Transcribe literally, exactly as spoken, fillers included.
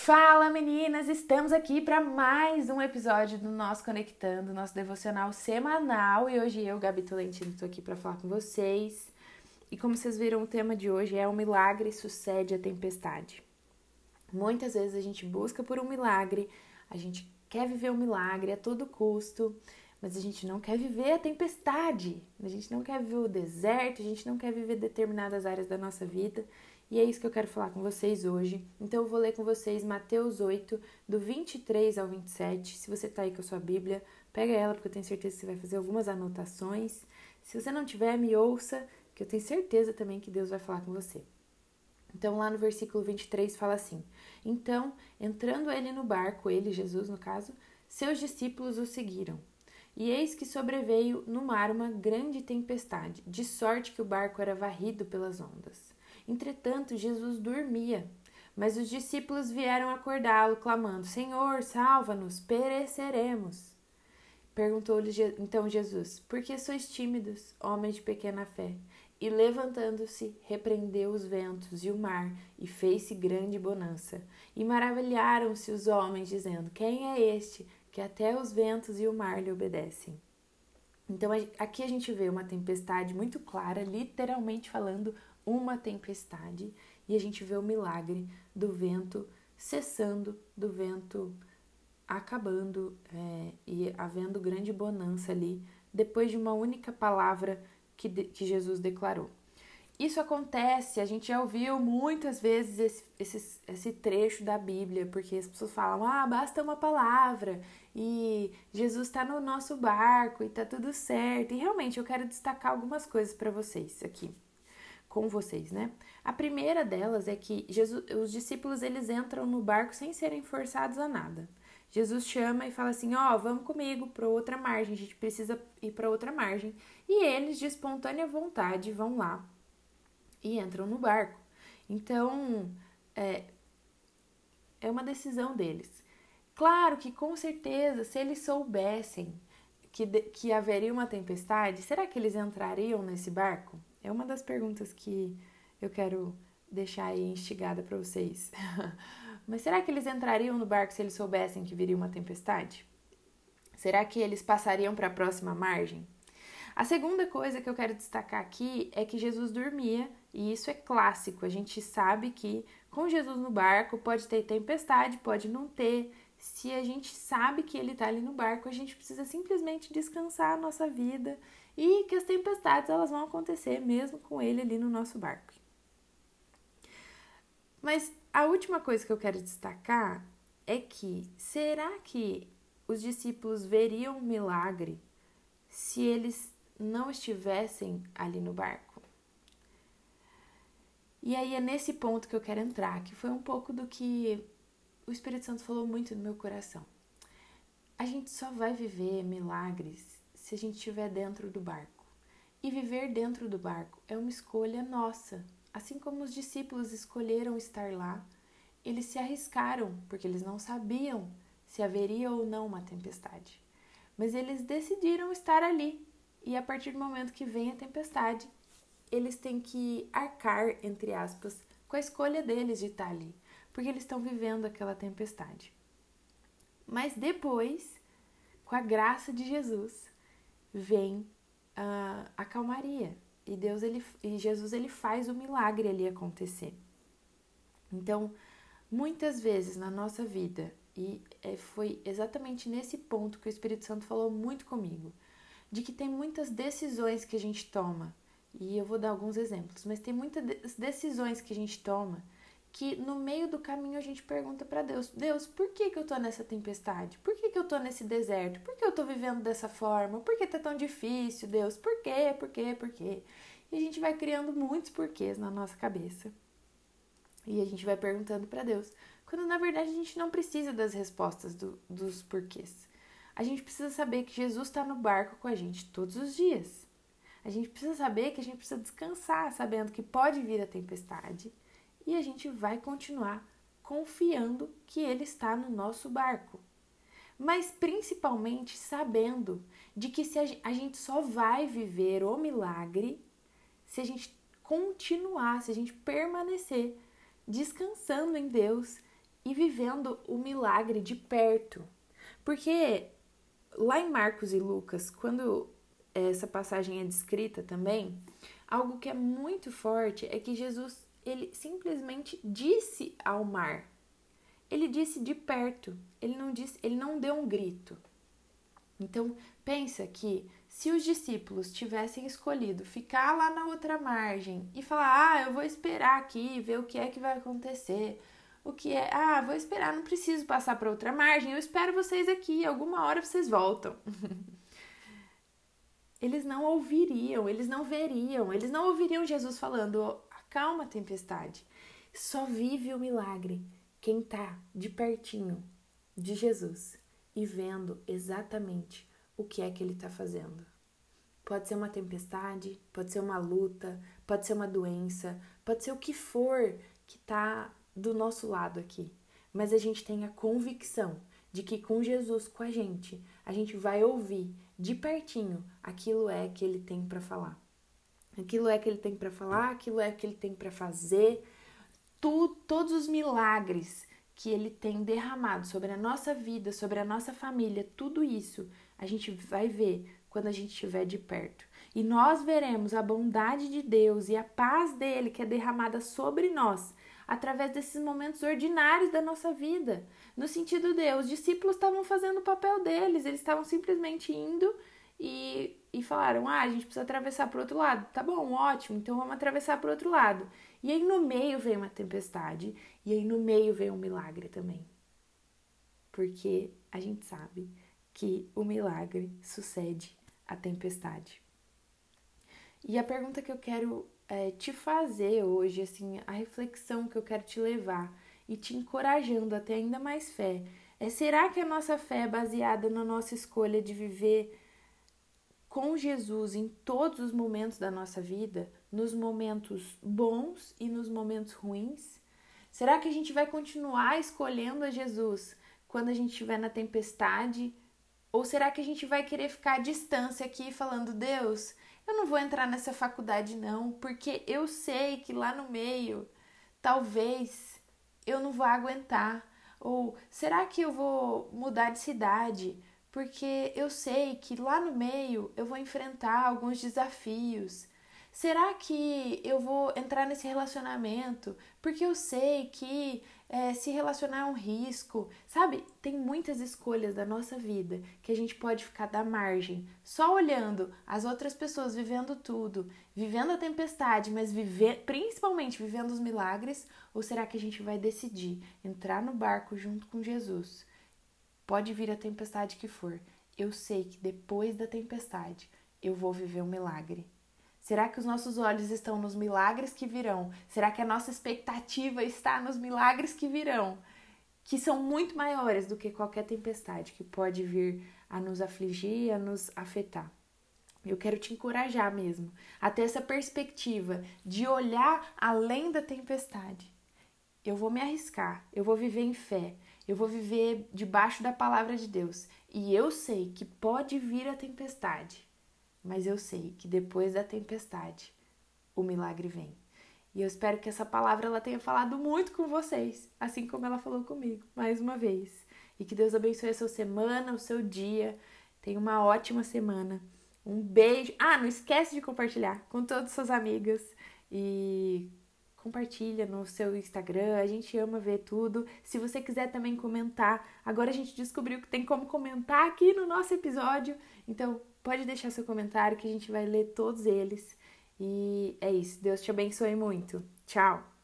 Fala meninas, estamos aqui para mais um episódio do nosso Conectando, nosso devocional semanal. E hoje eu, Gabi Tolentino, estou aqui para falar com vocês. E como vocês viram, o tema de hoje é: o milagre sucede à tempestade. Muitas vezes a gente busca por um milagre, a gente quer viver um milagre a todo custo, mas a gente não quer viver a tempestade, a gente não quer viver o deserto, a gente não quer viver determinadas áreas da nossa vida. E é isso que eu quero falar com vocês hoje. Então eu vou ler com vocês Mateus oito, do vinte e três ao vinte e sete. Se você tá aí com a sua Bíblia, pega ela, porque eu tenho certeza que você vai fazer algumas anotações. Se você não tiver, me ouça, que eu tenho certeza também que Deus vai falar com você. Então lá no versículo vinte e três fala assim: Então, entrando ele no barco, ele, Jesus no caso, seus discípulos o seguiram. E eis que sobreveio no mar uma grande tempestade, de sorte que o barco era varrido pelas ondas. Entretanto, Jesus dormia, mas os discípulos vieram acordá-lo, clamando: Senhor, salva-nos, pereceremos. Perguntou-lhe então Jesus: Por que sois tímidos, homens de pequena fé? E levantando-se, repreendeu os ventos e o mar, e fez-se grande bonança. E maravilharam-se os homens, dizendo: Quem é este, que até os ventos e o mar lhe obedecem? Então aqui a gente vê uma tempestade muito clara, literalmente falando, uma tempestade, e a gente vê o milagre do vento cessando, do vento acabando é, e havendo grande bonança ali, depois de uma única palavra que, de, que Jesus declarou. Isso acontece, a gente já ouviu muitas vezes esse, esse, esse trecho da Bíblia, porque as pessoas falam: ah, basta uma palavra, e Jesus está no nosso barco, e tá tudo certo. E realmente eu quero destacar algumas coisas para vocês aqui. Com vocês, né? A primeira delas é que Jesus, os discípulos eles entram no barco sem serem forçados a nada. Jesus chama e fala assim: ó, oh, vamos comigo para outra margem, a gente precisa ir para outra margem. E eles, de espontânea vontade, vão lá e entram no barco. Então, é, é uma decisão deles. Claro que, com certeza, se eles soubessem que, de, que haveria uma tempestade, será que eles entrariam nesse barco? É uma das perguntas que eu quero deixar aí instigada para vocês. Mas será que eles entrariam no barco se eles soubessem que viria uma tempestade? Será que eles passariam para a próxima margem? A segunda coisa que eu quero destacar aqui é que Jesus dormia, e isso é clássico. A gente sabe que com Jesus no barco pode ter tempestade, pode não ter. Se a gente sabe que ele está ali no barco, a gente precisa simplesmente descansar a nossa vida e que as tempestades elas vão acontecer mesmo com ele ali no nosso barco. Mas a última coisa que eu quero destacar é que será que os discípulos veriam um milagre se eles não estivessem ali no barco? E aí é nesse ponto que eu quero entrar, que foi um pouco do que o Espírito Santo falou muito no meu coração. A gente só vai viver milagres se a gente estiver dentro do barco. E viver dentro do barco é uma escolha nossa. Assim como os discípulos escolheram estar lá, eles se arriscaram, porque eles não sabiam se haveria ou não uma tempestade. Mas eles decidiram estar ali. E a partir do momento que vem a tempestade, eles têm que arcar, entre aspas, com a escolha deles de estar ali, porque eles estão vivendo aquela tempestade. Mas depois, com a graça de Jesus, vem uh, a calmaria. E, Deus, ele, e Jesus ele faz o milagre ali acontecer. Então, muitas vezes na nossa vida, e é, foi exatamente nesse ponto que o Espírito Santo falou muito comigo, de que tem muitas decisões que a gente toma, e eu vou dar alguns exemplos, mas tem muitas decisões que a gente toma que no meio do caminho a gente pergunta para Deus: Deus, por que que eu tô nessa tempestade? Por que que eu tô nesse deserto? Por que eu tô vivendo dessa forma? Por que tá tão difícil, Deus? Por quê? Por quê? Por quê? E a gente vai criando muitos porquês na nossa cabeça. E a gente vai perguntando para Deus, quando na verdade a gente não precisa das respostas do, dos porquês. A gente precisa saber que Jesus está no barco com a gente todos os dias. A gente precisa saber que a gente precisa descansar, sabendo que pode vir a tempestade, e a gente vai continuar confiando que Ele está no nosso barco. Mas principalmente sabendo de que se a gente só vai viver o milagre se a gente continuar, se a gente permanecer descansando em Deus e vivendo o milagre de perto. Porque lá em Marcos e Lucas, quando essa passagem é descrita também, algo que é muito forte é que Jesus, ele simplesmente disse ao mar. Ele disse de perto, ele não disse, ele não deu um grito. Então, pensa que se os discípulos tivessem escolhido ficar lá na outra margem e falar, ah, eu vou esperar aqui, ver o que é que vai acontecer, o que é, ah, vou esperar, não preciso passar para outra margem, eu espero vocês aqui, alguma hora vocês voltam. Eles não ouviriam, eles não veriam, eles não ouviriam Jesus falando, acalma a tempestade. Só vive o milagre quem tá de pertinho de Jesus e vendo exatamente o que é que ele tá fazendo. Pode ser uma tempestade, pode ser uma luta, pode ser uma doença, pode ser o que for que tá do nosso lado aqui. Mas a gente tem a convicção de que com Jesus, com a gente, a gente vai ouvir de pertinho aquilo é que ele tem para falar. Aquilo é que ele tem para falar, aquilo é que ele tem para fazer. Tu, todos os milagres que ele tem derramado sobre a nossa vida, sobre a nossa família, tudo isso a gente vai ver quando a gente estiver de perto. E nós veremos a bondade de Deus e a paz dele que é derramada sobre nós através desses momentos ordinários da nossa vida. No sentido de, os discípulos estavam fazendo o papel deles, eles estavam simplesmente indo e, e falaram, ah, a gente precisa atravessar para o outro lado. Tá bom, ótimo, então vamos atravessar para o outro lado. E aí no meio veio uma tempestade, e aí no meio veio um milagre também. Porque a gente sabe que o milagre sucede à tempestade. E a pergunta que eu quero é, te fazer hoje, assim, a reflexão que eu quero te levar e te encorajando a ter ainda mais fé, é: será que a nossa fé é baseada na nossa escolha de viver com Jesus em todos os momentos da nossa vida, nos momentos bons e nos momentos ruins? Será que a gente vai continuar escolhendo a Jesus quando a gente estiver na tempestade? Ou será que a gente vai querer ficar à distância aqui falando, Deus, eu não vou entrar nessa faculdade não, porque eu sei que lá no meio, talvez, eu não vou aguentar. Ou será que eu vou mudar de cidade? Porque eu sei que lá no meio eu vou enfrentar alguns desafios. Será que eu vou entrar nesse relacionamento? Porque eu sei que é, se relacionar é um risco. Sabe, tem muitas escolhas da nossa vida que a gente pode ficar da margem, só olhando as outras pessoas vivendo tudo, vivendo a tempestade, mas viver, principalmente vivendo os milagres. Ou será que a gente vai decidir entrar no barco junto com Jesus? Pode vir a tempestade que for, eu sei que depois da tempestade eu vou viver um milagre. Será que os nossos olhos estão nos milagres que virão? Será que a nossa expectativa está nos milagres que virão? Que são muito maiores do que qualquer tempestade que pode vir a nos afligir, a nos afetar. Eu quero te encorajar mesmo a ter essa perspectiva de olhar além da tempestade. Eu vou me arriscar, eu vou viver em fé, eu vou viver debaixo da palavra de Deus. E eu sei que pode vir a tempestade, mas eu sei que depois da tempestade o milagre vem. E eu espero que essa palavra ela tenha falado muito com vocês, assim como ela falou comigo, mais uma vez. E que Deus abençoe a sua semana, o seu dia. Tenha uma ótima semana. Um beijo. Ah, não esquece de compartilhar com todas as suas amigas e compartilha no seu Instagram, a gente ama ver tudo. Se você quiser também comentar, agora a gente descobriu que tem como comentar aqui no nosso episódio, então pode deixar seu comentário que a gente vai ler todos eles. E é isso, Deus te abençoe muito. Tchau!